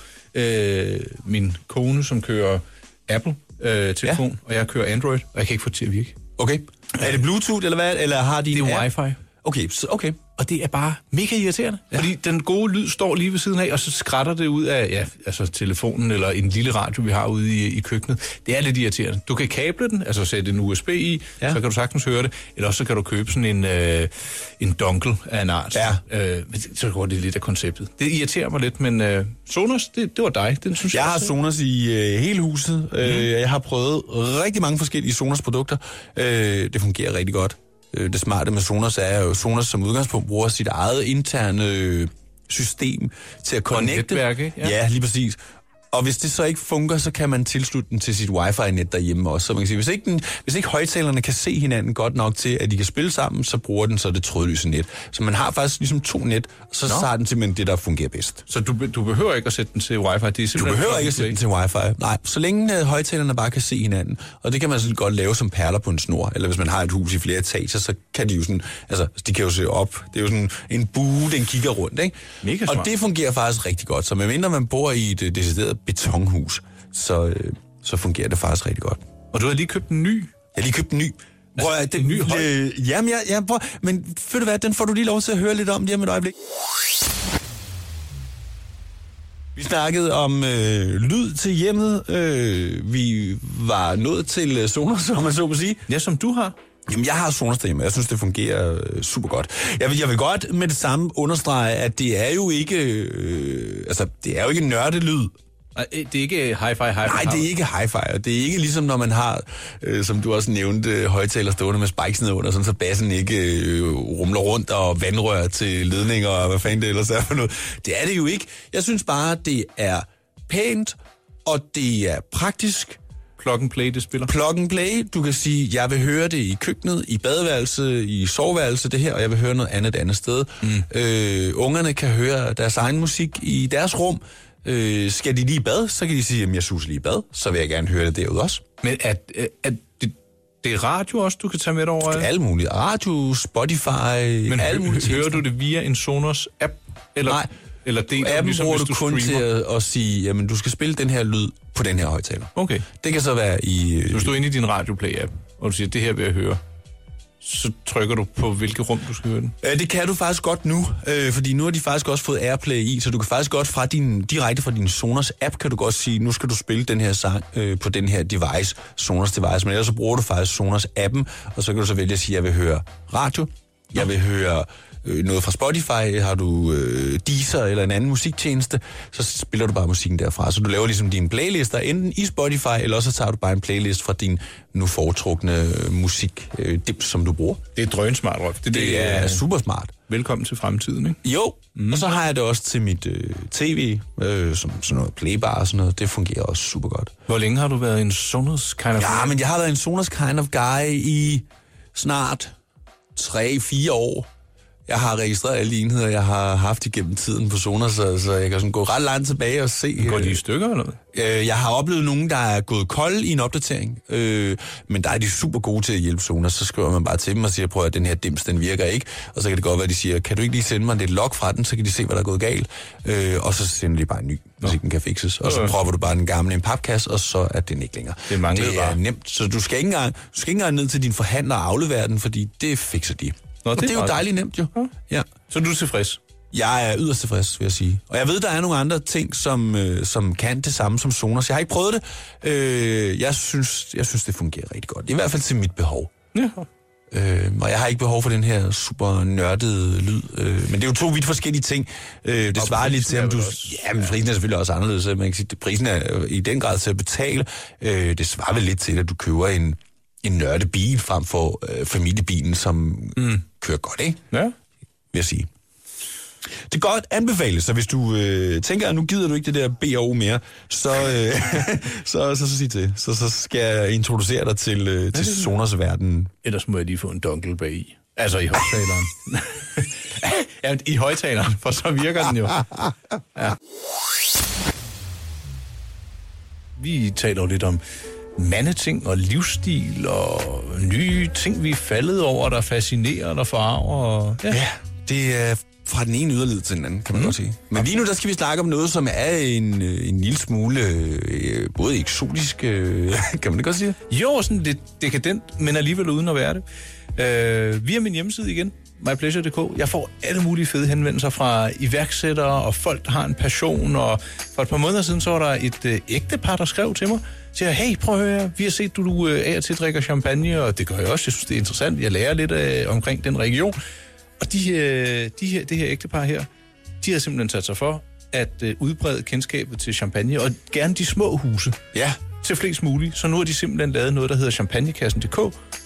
min kone, som kører Apple-telefon, og jeg kører Android, og jeg kan ikke få det til at virke. Okay. Er det Bluetooth, eller hvad? Eller har de det er wifi. Okay. Og det er bare mega irriterende, fordi den gode lyd står lige ved siden af, og så skrætter det ud af telefonen eller en lille radio, vi har ude i køkkenet. Det er lidt irriterende. Du kan kable den, altså sætte en USB i, så kan du sagtens høre det, eller også så kan du købe sådan en dongle af en art. Ja. Så går det lidt af konceptet. Det irriterer mig lidt, men Sonos, det var dig. Den synes jeg har Sonos i hele huset. Jeg har prøvet rigtig mange forskellige Sonos-produkter. Det fungerer rigtig godt. Det smarte med Sonos er jo, Sonos som udgangspunkt bruger sit eget interne system til at connecte. Netværk, ikke? Ja, lige præcis. Og hvis det så ikke fungerer, så kan man tilslutte den til sit wifi-net derhjemme også. Så man kan sige, hvis ikke højtalerne kan se hinanden godt nok til, at de kan spille sammen, så bruger den så det trådløse net. Så man har faktisk ligesom 2 net, og så har den simpelthen det, der fungerer bedst. Så du behøver ikke at sætte den til wifi? Du behøver ikke at sætte den til wifi. Nej, så længe højtalerne bare kan se hinanden. Og det kan man sådan godt lave som perler på en snor. Eller hvis man har et hus i flere etager, så kan de jo sådan, altså de kan jo se op. Det er jo sådan en bue, den kigger rundt, ikke? Mega smart. Og det fungerer faktisk rigtig godt. Så medmindre man bor i et decideret betonhus, så fungerer det faktisk rigtig godt. Og du har lige købt en ny? Jeg har lige købt en ny. En ny høj? Jamen, men ved du hvad, den får du lige lov til at høre lidt om lige om et øjeblik. Vi snakkede om lyd til hjemmet. Vi var nået til Sonos, som man så må sige. Ja, som du har. Jamen, jeg har Sonos derhjemme. Jeg synes, det fungerer super godt. Jeg vil godt med det samme understrege, at det er jo ikke, det er jo ikke nørdelyd. Det er ikke hi-fi. Nej, det er ikke hi-fi, og det er ikke ligesom, når man har, som du også nævnte, højtaler stående med spikes nedunder, sådan så bassen ikke rumler rundt og vandrør til ledninger og hvad fanden det ellers er for noget. Det er det jo ikke. Jeg synes bare, det er pænt, og det er praktisk. Plug and play, det spiller. Plug and play. Du kan sige, jeg vil høre det i køkkenet, i badeværelse, i soveværelse, det her, og jeg vil høre noget andet sted. Ungerne kan høre deres egen musik i deres rum. Skal de lige i bad, så kan de sige, at jeg suser lige i bad, så vil jeg gerne høre det derude også. Men det er radio også, du kan tage med over? Alt muligt. Radio, Spotify, men alt muligt. Hører du det via en Sonos-app? Eller, nej, eller det appen ligesom, bruger du kun til at sige, jamen du skal spille den her lyd på den her højtaler. Okay. Det kan så være i... Så hvis du er inde i din Radioplay-app, og du siger, det her vil jeg høre, så trykker du på, hvilket rum du skal høre den? Det kan du faktisk godt nu, fordi nu har de faktisk også fået AirPlay i, så du kan faktisk godt direkte fra din Sonos app, kan du godt sige, nu skal du spille den her sang på den her device, Sonos device, men ellers så bruger du faktisk Sonos appen, og så kan du så vælge at sige, at jeg vil høre radio, jeg vil høre noget fra Spotify, har du Deezer eller en anden musiktjeneste, så spiller du bare musikken derfra. Så du laver ligesom dine playlister enten i Spotify, eller så tager du bare en playlist fra din nu foretrukne musikdims, som du bruger. Det er drønsmart, Rolf. Det er super smart. Velkommen til fremtiden, ikke? Jo, og så har jeg det også til mit tv, som sådan noget playbar og sådan noget. Det fungerer også super godt. Hvor længe har du været en Sonos kind of guy? Ja, men jeg har været en Sonos kind of guy i snart 3-4 år. Jeg har registreret alle de enheder, jeg har haft igennem tiden på Sonos, så jeg kan sådan gå ret langt tilbage og se. Går de i stykker eller noget? Jeg har oplevet nogen, der er gået kold i en opdatering, men der er de super gode til at hjælpe Sonos. Så skriver man bare til dem og siger, prøv at den her dims, den virker ikke. Og så kan det godt være, at de siger, kan du ikke lige sende mig et log fra den, så kan de se, hvad der er gået galt. Og så sender de bare en ny, hvis ikke den kan fikses. Og så propper du bare den gamle i en papkasse, og så er den ikke længere. Det er nemt, så du skal ikke engang ned til din forhandler og aflevere den, fordi det fikser de. Og det er jo dejligt nemt, jo. Ja. Så er du tilfreds? Jeg er yderst tilfreds, vil jeg sige. Og jeg ved, der er nogle andre ting, som kan det samme som Sonos. Jeg har ikke prøvet det. Jeg synes, det fungerer rigtig godt. I hvert fald til mit behov. Ja. Og jeg har ikke behov for den her super nørdede lyd. Men det er jo to vidt forskellige ting. Det svarer lidt til, om du... Ja, men prisen er selvfølgelig også anderledes. Man kan sige, at prisen er i den grad til at betale. Det svarer vel lidt til, at du køber en nørdebil frem for familiebilen, som kører godt, ikke? Ja. Vil jeg sige. Det er godt anbefales, så hvis du tænker, at nu gider du ikke det der B&O mere, så sig til. Så skal jeg introducere dig til Sonos verden. Ellers må jeg lige få en dongle bag i. Altså i højtaleren. Ja, i højtaleren, for så virker den jo. Ja. Vi taler jo lidt om mandeting og livsstil og nye ting, vi er faldet over, der fascinerer og forarver. Ja, det er fra den ene yderled til den anden, kan man godt sige. Men lige nu, der skal vi snakke om noget, som er en lille smule både eksotisk, kan man det godt sige? Jo, sådan lidt dekadent, men alligevel uden at være det. Via min hjemmeside igen, mypleasure.dk. Jeg får alle mulige fede henvendelser fra iværksættere og folk, der har en passion. Og for et par måneder siden, så var der et ægtepar, der skrev til mig, siger, hey, prøv at høre, vi har set, du af og til drikker champagne, og det gør jeg også. Jeg synes, det er interessant. Jeg lærer lidt omkring den region. Og det her ægtepar her, de har simpelthen sat sig for at udbrede kendskabet til champagne, og gerne de små huse. Ja. Til flest muligt. Så nu har de simpelthen lavet noget, der hedder champagnekassen.dk,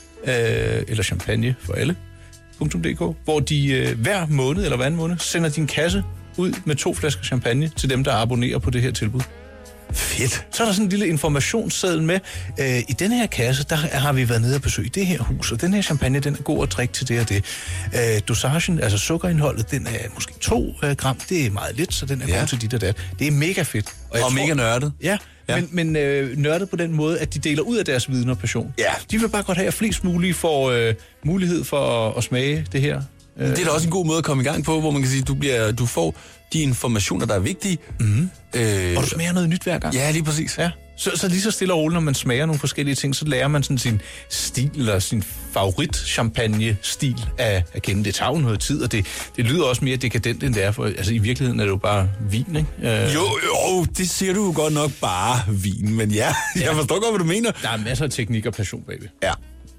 eller champagne for alle.dk, hvor de hver måned eller hver anden måned sender din kasse ud med 2 flasker champagne til dem, der abonnerer på det her tilbud. Fedt. Så er der sådan en lille informationsseddel med. I denne her kasse, der har vi været nede og besøge det her hus, og den her champagne, den er god at drikke til det og det. Dosagen, altså sukkerindholdet, den er måske 2 gram. Det er meget lidt, så den er god til dit og dat. Det er mega fedt. Og mega nørdet. Ja. Men nørdet på den måde, at de deler ud af deres viden og passion. Ja. De vil bare godt have, at flest muligt får mulighed for at smage det her. Det er da også en god måde at komme i gang på, hvor man kan sige, at du får de informationer, der er vigtige. Mm-hmm. Og du smager noget nyt hver gang. Ja, lige præcis. Ja. Så lige så stille og roligt, når man smager nogle forskellige ting, så lærer man sådan sin stil, eller sin favorit-champagne-stil at kende. Det tager jo noget tid, og det lyder også mere dekadent, end det er. For, altså i virkeligheden er det jo bare vin, ikke? Jo, det siger du jo godt nok bare vin, men ja, jeg forstår godt, hvad du mener. Der er masser af teknik og passion bagved. Ja.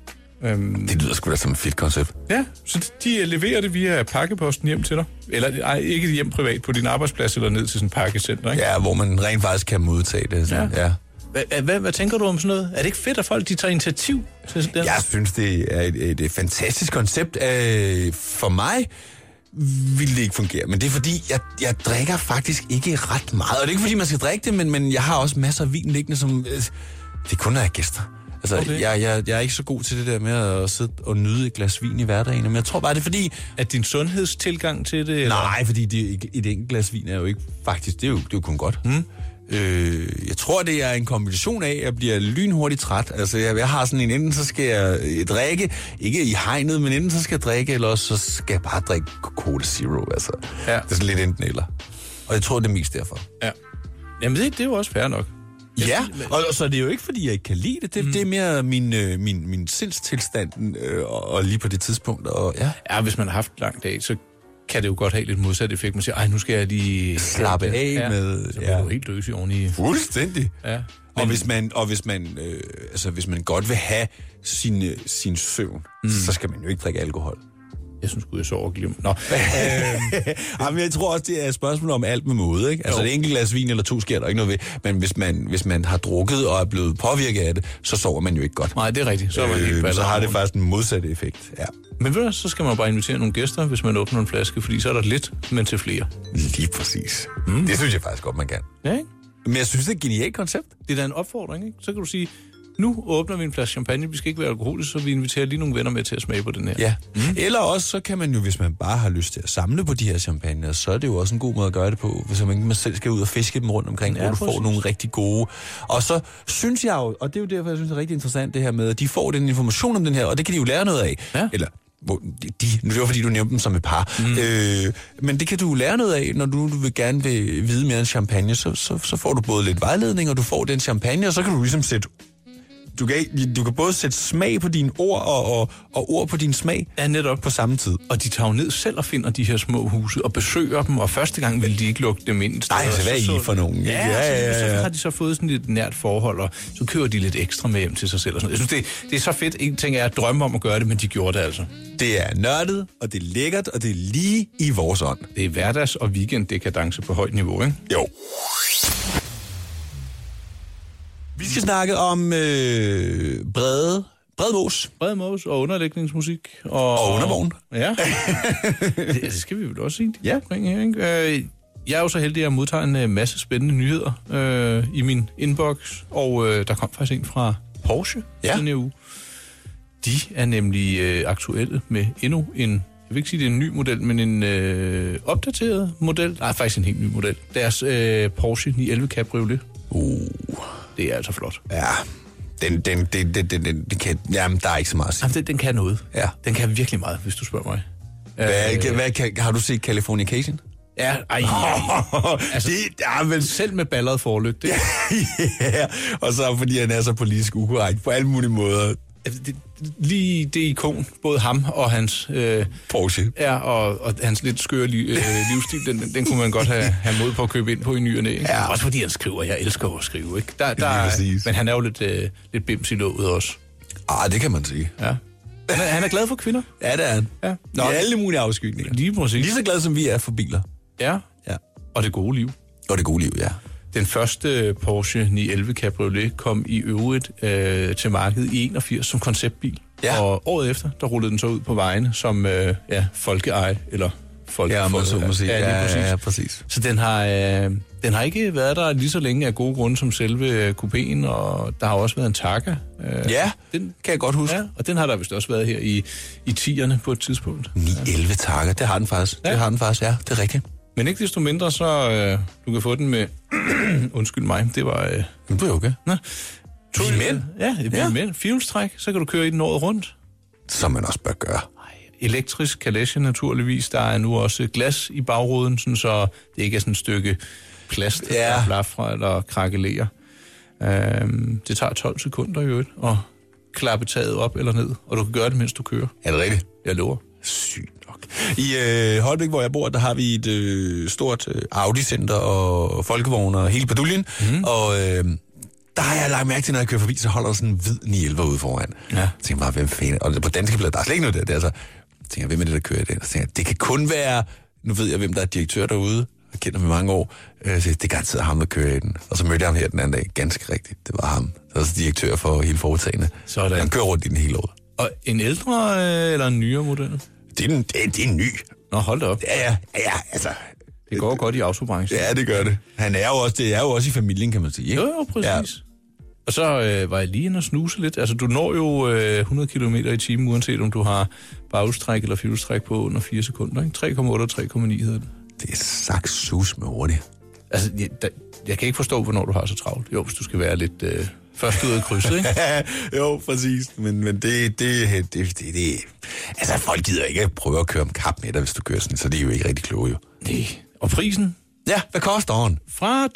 Det lyder sgu da som et fedt koncept. Ja, så de leverer det via pakkeposten hjem til dig. Eller ikke hjem privat på din arbejdsplads, eller ned til sådan en pakkecenter, ikke? Ja, hvor man rent faktisk kan modtage det. Sådan. Ja. Hvad tænker du om sådan noget? Er det ikke fedt, at folk de tager initiativ til sådan det? Jeg synes, det er et fantastisk koncept. For mig ville det ikke fungere, men det er fordi, jeg drikker faktisk ikke ret meget. Og det er ikke fordi, man skal drikke det, men jeg har også masser af vin liggende, som det kun er gæster. Altså, okay. Jeg er ikke så god til det der med at sidde og nyde et glas vin i hverdagen, men jeg tror bare, det er fordi... At din sundhedstilgang til det? Eller? Nej, fordi et enkelt glas vin er jo ikke faktisk... Det er jo kun godt. Jeg tror, det er en kombination af, at jeg bliver lynhurtigt træt. Altså, jeg har sådan en, enten så skal jeg drikke, ikke i hegnet, men enten så skal jeg drikke, eller så skal jeg bare drikke Cola Zero. Altså, det er sådan lidt enten eller. Og jeg tror, det er mest derfor. Ja. Jamen, det er jo også fair nok. Ja, og så er det jo ikke, fordi jeg ikke kan lide det. Det er mere min sindstilstand og lige på det tidspunkt. Og, ja, hvis man har haft en lang dag, så kan det jo godt have lidt modsat effekt. Man siger, nu skal jeg lige slappe af med... Så bliver du helt løs i oveni. Fuldstændig. Ja. Hvis man godt vil have sin søvn, så skal man jo ikke drikke alkohol. Jeg synes, jeg sover glimt. Nå. Men jeg tror også, det er et spørgsmål om alt med måde, ikke? Altså, det enkelt glas vin eller 2 sker der ikke noget ved. Men hvis man har drukket og er blevet påvirket af det, så sover man jo ikke godt. Nej, det er rigtigt. Så har det faktisk en modsatte effekt, ja. Men ved du, så skal man bare invitere nogle gæster, hvis man åbner en flaske, fordi så er der lidt, men til flere. Lige præcis. Det synes jeg faktisk godt, man kan. Ja, ikke? Men jeg synes, det er et genialt koncept. Det er da en opfordring, ikke? Så kan du sige, nu åbner vi en flaske champagne, vi skal ikke være alkoholiske, så vi inviterer lige nogle venner med til at smage på den her. Ja, eller også så kan man jo, hvis man bare har lyst til at samle på de her champagner, så er det jo også en god måde at gøre det på, hvis man selv skal ud og fiske dem rundt omkring, hvor du får nogle rigtig gode. Og så synes jeg jo, og det er jo derfor, jeg synes, det er rigtig interessant det her med, at de får den information om den her, og det kan de jo lære noget af. Ja. Eller det var fordi, du nævnte dem som et par. Men det kan du lære noget af, når du gerne vil vide mere end champagne, så får du både lidt vejledning, og du får den champagne, og så kan du ligesom sætte... Du kan både sætte smag på dine ord og ord på din smag. Ja, netop. På samme tid. Og de tager jo ned selv og finder de her små huse og besøger dem, og første gang vil de ikke lukke dem ind. Nej, så hvad er I for nogen? Så har de så fået sådan et nært forhold, og så kører de lidt ekstra med hjem til sig selv. Og sådan. Jeg synes, det er så fedt. En ting er at drømme om at gøre det, men de gjorde det altså. Det er nørdet, og det er lækkert, og det er lige i vores ånd. Det er hverdags- og weekend-dekadence på højt niveau, ikke? Jo. Vi skal snakke om bredmos. Bredmos og underlægningsmusik. Og undervogn. Ja. det skal vi vel også sige. Ja. Her, ikke? Jeg er jo så heldig at modtage en masse spændende nyheder i min inbox, og der kom faktisk en fra Porsche denne uge. De er nemlig aktuelle med endnu en, jeg vil ikke sige, det er en ny model, men en opdateret model. Nej, faktisk en helt ny model. Deres Porsche 911 Cabriolet. Det er altså flot. Ja, den kan... Jamen, der er ikke så meget at sige. Jamen, den kan noget. Ja. Den kan virkelig meget, hvis du spørger mig. Har du set Californication? Ja, altså, men selv med balleret forlygte. Ja, og så fordi han er så politisk ukorrekt på alle mulige måder. Lige det ikon, både ham og hans... Porsche. Ja, og hans lidt skøre livsstil, den kunne man godt have mod på at købe ind på i ny og næ. Ja. Også fordi han skriver, jeg elsker at skrive, ikke? Men han er jo lidt bims i låget også. Det kan man sige. Ja. Han er glad for kvinder. Ja, det er han. Ja. Nå, alle mulige afskygninger. Lige præcis. Lige så glad som vi er for biler. Ja. Og det gode liv. Ja. Den første Porsche 911 Cabriolet kom i øvrigt til markedet i 81 som konceptbil. Ja. Og året efter, der rullede den så ud på vejene som folkeeje, eller præcis. Så den har ikke været der lige så længe af gode grunde som selve kupéen, og der har også været en Targa. Den kan jeg godt huske. Ja, og den har der vist også været her i 10'erne på et tidspunkt. 911 Targa, det har den faktisk. Ja. Det har den faktisk, ja, det er rigtigt. Men ikke desto mindre, så du kan få den med... Undskyld mig, det var... Det er okay. Nå. Bil-mænd? Ja, det er bil-mænd. Fjulstræk, så kan du køre i den året rundt. Som man også bør gøre. Elektrisk kalesje naturligvis. Der er nu også glas i bagruden, sådan så det ikke er sådan et stykke plast, der blafrer eller krakelerer. Det tager 12 sekunder i øvrigt at klappe taget op eller ned, og du kan gøre det, mens du kører. Er det rigtigt? Jeg lover. Sygt nok. I Holbæk, hvor jeg bor, der har vi et stort Audi-center og folkevogner og hele baduljen. Og der har jeg lagt mærke til, når jeg kører forbi, så holder der sådan en hvid 911 ude foran. Ja. Jeg tænker bare, hvem fanden... Og på danske blad, der er slet ikke noget der. Det er altså... Jeg tænker, hvem er det, der kører i den? Og tænker, det kan kun være... Nu ved jeg, hvem der er direktør derude. Jeg kender ham i mange år. Så det er garanteret ham, der kører i den. Og så mødte jeg ham her den anden dag. Ganske rigtigt. Det var ham. Det var også direktør for hele foretagende. Sådan. Han kører rundt i den hele året. Og en ældre eller en nyere model? Det er en ny. Nå, hold da op. Ja, altså... Det går godt i autobranchen. Ja, det gør det. Det er jo også i familien, kan man sige. Ikke? Jo, præcis. Ja. Og så var jeg lige inde og snuse lidt. Altså, du når jo 100 km i timen, uanset om du har bagstræk eller fjulstræk på under 4 sekunder. 3,8 og 3,9 hedder det. Det er sagt sus med hurtigt. Altså, jeg kan ikke forstå, hvornår du har så travlt. Jo, hvis du skal være lidt først ud af krydset, ikke? Jo, præcis. Men det... Altså, folk gider ikke prøve at køre om kap med dig, hvis du kører sådan, så det er jo ikke rigtig kloge, jo. Nej. Og prisen? Ja, hvad koster den? Fra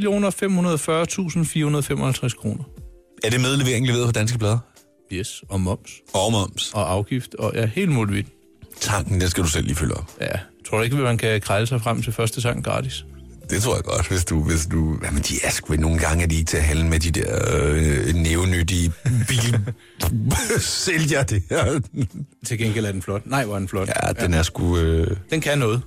2.540.455 kroner. Er det medlevering leveret på Danske Blader? Yes, og moms. Og moms. Og afgift, og ja, helt muligt. Tanken, den skal du selv lige fylde op. Ja, tror du ikke, at man kan krejle sig frem til første sang gratis? Det tror jeg godt, hvis du... Jamen, de er sgu nogle gange, at de ikke til at handle med de der nævnyttige bilsælger det her. Til gengæld er den flot. Nej, hvor er den flot. Ja, den er sgu... Den kan noget.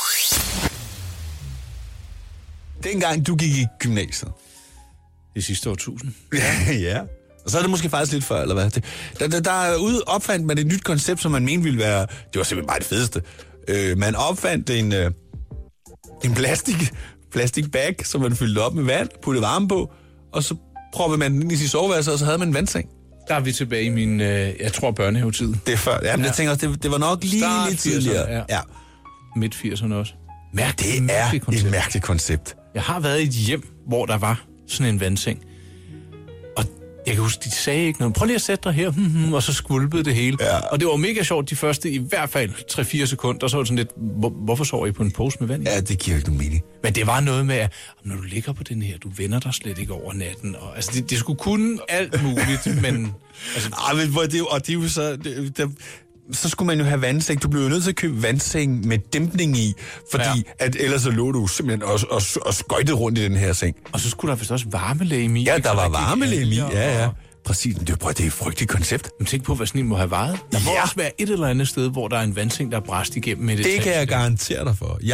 Dengang du gik i gymnasiet. Det sidste årtusind. Ja. Og så er det måske faktisk lidt før, eller hvad? Der opfandt man et nyt koncept, som man mente ville være... Det var simpelthen bare det fedeste. Man opfandt en plastikbag, som man fyldte op med vand, puttede varme på, og så proppede man den ind i sit soveværelse, og så havde man en vandseng. Der er vi tilbage i min, jeg tror, børnehavetid. Det er før. Jamen, jeg tænker også, det var nok lige lidt tidligere. Ja. Midt 80'erne også. Det er et mærkeligt koncept. Jeg har været i et hjem, hvor der var sådan en vandseng. Og jeg kan huske, de sagde ikke noget. Prøv lige at sætte dig her, og så skvulpede det hele. Ja. Og det var mega sjovt de første i hvert fald 3-4 sekunder. Så var det sådan lidt, hvorfor sover I på en pose med vand? Ja, det giver ikke nogen mening. Men det var noget med, at når du ligger på den her, du vender dig slet ikke over natten. Og, altså, det skulle kunne alt muligt, men... Altså, det er jo så... Så skulle man jo have vandseng. Du blev jo nødt til at købe vandseng med dæmpning i, fordi at ellers så lå du simpelthen og skøjtede rundt i den her seng. Og så skulle der vist også varmelegeme i. Ja, der var varmelegeme i, ja. Præcis, det er et frygteligt koncept. Men tænk på, hvad sådan en må have varet. Der må også være et eller andet sted, hvor der er en vandseng, der er bræst igennem med det. Det kan jeg garantere dig for.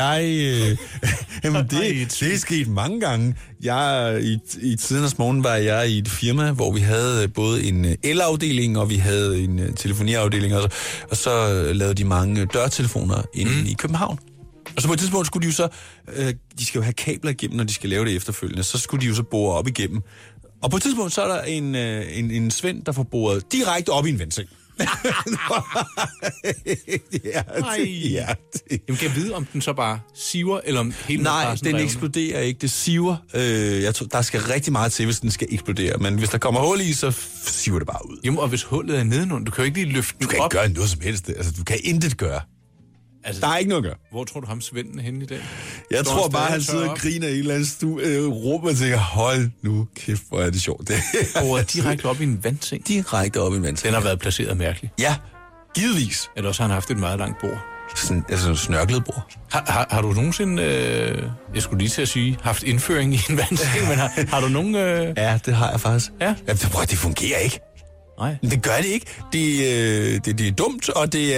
Det er sket mange gange. I tidernes morgen var jeg i et firma, hvor vi havde både en elafdeling, og vi havde en telefoniafdeling, og så lavede de mange dørtelefoner inde i København. Og så på et tidspunkt skulle de jo så, de skal jo have kabler igennem, når de skal lave det efterfølgende, så skulle de jo så bore op igennem. Og på et tidspunkt, så er der en svend, der får boret direkte op i en vandseng. Jamen, kan jeg vide, om den så bare siver, eller om hele Nej, den eksploderer ikke. Det siver. Jeg tror, der skal rigtig meget til, hvis den skal eksplodere. Men hvis der kommer hul i, så siver det bare ud. Jamen, og hvis hullet er nedenunder, du kan jo ikke lige løfte den op. Du kan ikke gøre noget som helst. Altså, du kan intet gøre. Altså, der er ikke noget at gøre. Hvor tror du ham Svenden er henne i dag? Jeg tror bare, han sidder og griner i et eller andet rum og tænker, hold nu kæft, hvor er det sjovt. Og direkte op i en vandseng? Direkte op i en vandseng. Den har været placeret mærkeligt. Ja, givetvis. Eller også har han haft et meget langt bord. Sådan, altså snørklet bord. Har du nogensinde, jeg skulle lige til at sige, haft indføring i en vandseng, men har du nogen... Ja, det har jeg faktisk. Ja? Det fungerer ikke. Nej. Det gør det ikke. Det er dumt, og det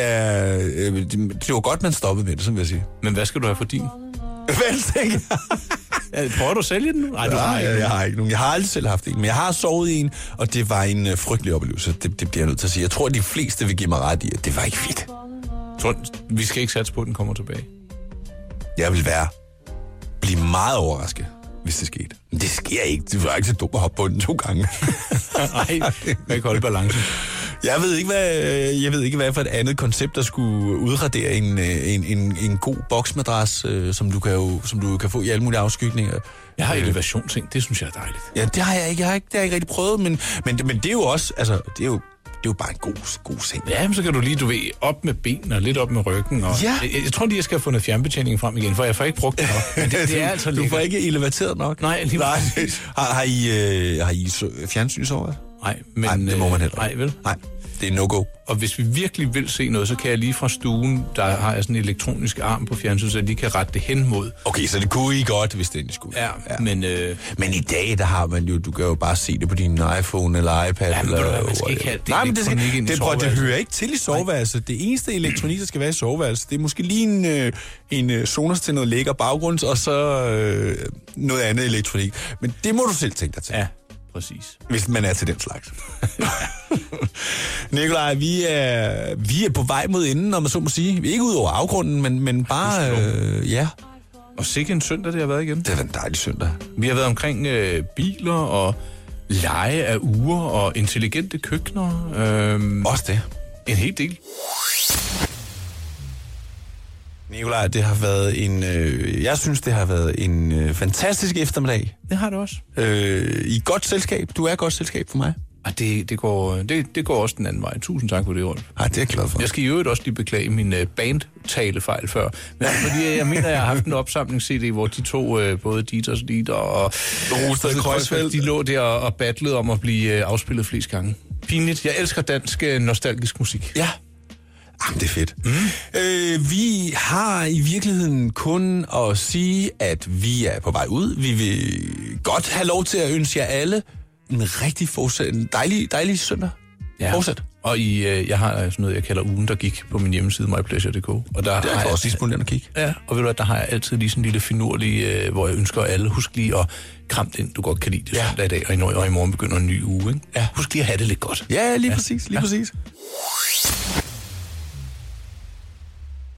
var godt, man stoppede med det, som jeg siger. Men hvad skal du have for din? Vandseng. Prøver du at sælge den? Nej, jeg har ikke nogen. Jeg har aldrig selv haft en, men jeg har sovet i en, og det var en frygtelig oplevelse. Det bliver jeg nødt til at sige. Jeg tror, at de fleste vil give mig ret i, at det var ikke fedt. Vi skal ikke satse på, at den kommer tilbage. Jeg vil blive meget overrasket, hvis det skete. Men det sker ikke. Det var ikke så dumt at hoppe på den 2 gange. Nej, jeg kan ikke holde balancen. Jeg ved ikke, hvad for et andet koncept, der skulle udradere en god boksmadras, som du kan få i alle mulige afskygninger. Jeg har elevationsting, det synes jeg er dejligt. Ja, det har jeg ikke. Det har jeg ikke rigtig prøvet, men det er jo også, altså, det er jo bare en god seng. Ja, men så kan du lige, op med benene og lidt op med ryggen. Og ja. Jeg tror lige, jeg skal have fundet fjernbetjeningen frem igen, for jeg får ikke brugt det nok. Men det er altså du får ikke elevateret nok? Nej, lige Har I fjernsynssover? Nej, men... det må man heller. Nej, vel? Nej, det er no-go. Og hvis vi virkelig vil se noget, så kan jeg lige fra stuen, der har jeg sådan en elektronisk arm på fjernsynet, så jeg lige kan rette det hen mod. Okay, så det kunne I godt, hvis det endelig skulle. Ja. Men i dag, der har man jo, du kan jo bare se det på din iPhone eller iPad. Ja, men eller, man skal ikke have det. Nej, men det hører ikke til i soveværelset. Det eneste elektronik, der skal være i soveværelset, det er måske lige en Sonos til noget lækker baggrunds, og så noget andet elektronik. Men det må du selv tænke dig til. Ja. Præcis. Hvis man er til den slags. Nikolaj, vi er på vej mod enden, om man så må sige. Vi er ikke ud over afgrunden, men bare, ja. Og sikke en søndag, det har været igen. Det er en dejlig søndag. Vi har været omkring biler og leje af ure og intelligente køkkener. Også det. En hel del. Nikolaj, det har været jeg synes, det har været en fantastisk eftermiddag. Det har det også. I godt selskab. Du er godt selskab for mig. Det går også den anden vej. Tusind tak for det, Rolf. Det er jeg glad for. Jeg skal i øvrigt også lige beklage min bandtalefejl før. Men fordi jeg mener, jeg har haft en opsamlings-CD, hvor de to, både Dieters Lieder og Rosted Kreuzfeldt, de lå der og battlede om at blive afspillet flest gange. Pinligt. Jeg elsker dansk nostalgisk musik. Ja. Jamen, det er fedt. Vi har i virkeligheden kun at sige, at vi er på vej ud. Vi vil godt have lov til at ønske jer alle en rigtig dejlig søndag. Ja. Fortsæt. Og jeg har sådan noget, jeg kalder ugen, der gik på min hjemmeside, mypleasure.dk. Og der det er også lige smule at kigge. Ja, og ved du hvad, der har jeg altid lige sådan en lille finurlig, hvor jeg ønsker alle, husk lige at kramme den, du godt kan lide det søndag i dag, og i morgen begynder en ny uge, ikke? Ja. Husk lige at have det lidt godt. Ja, lige præcis.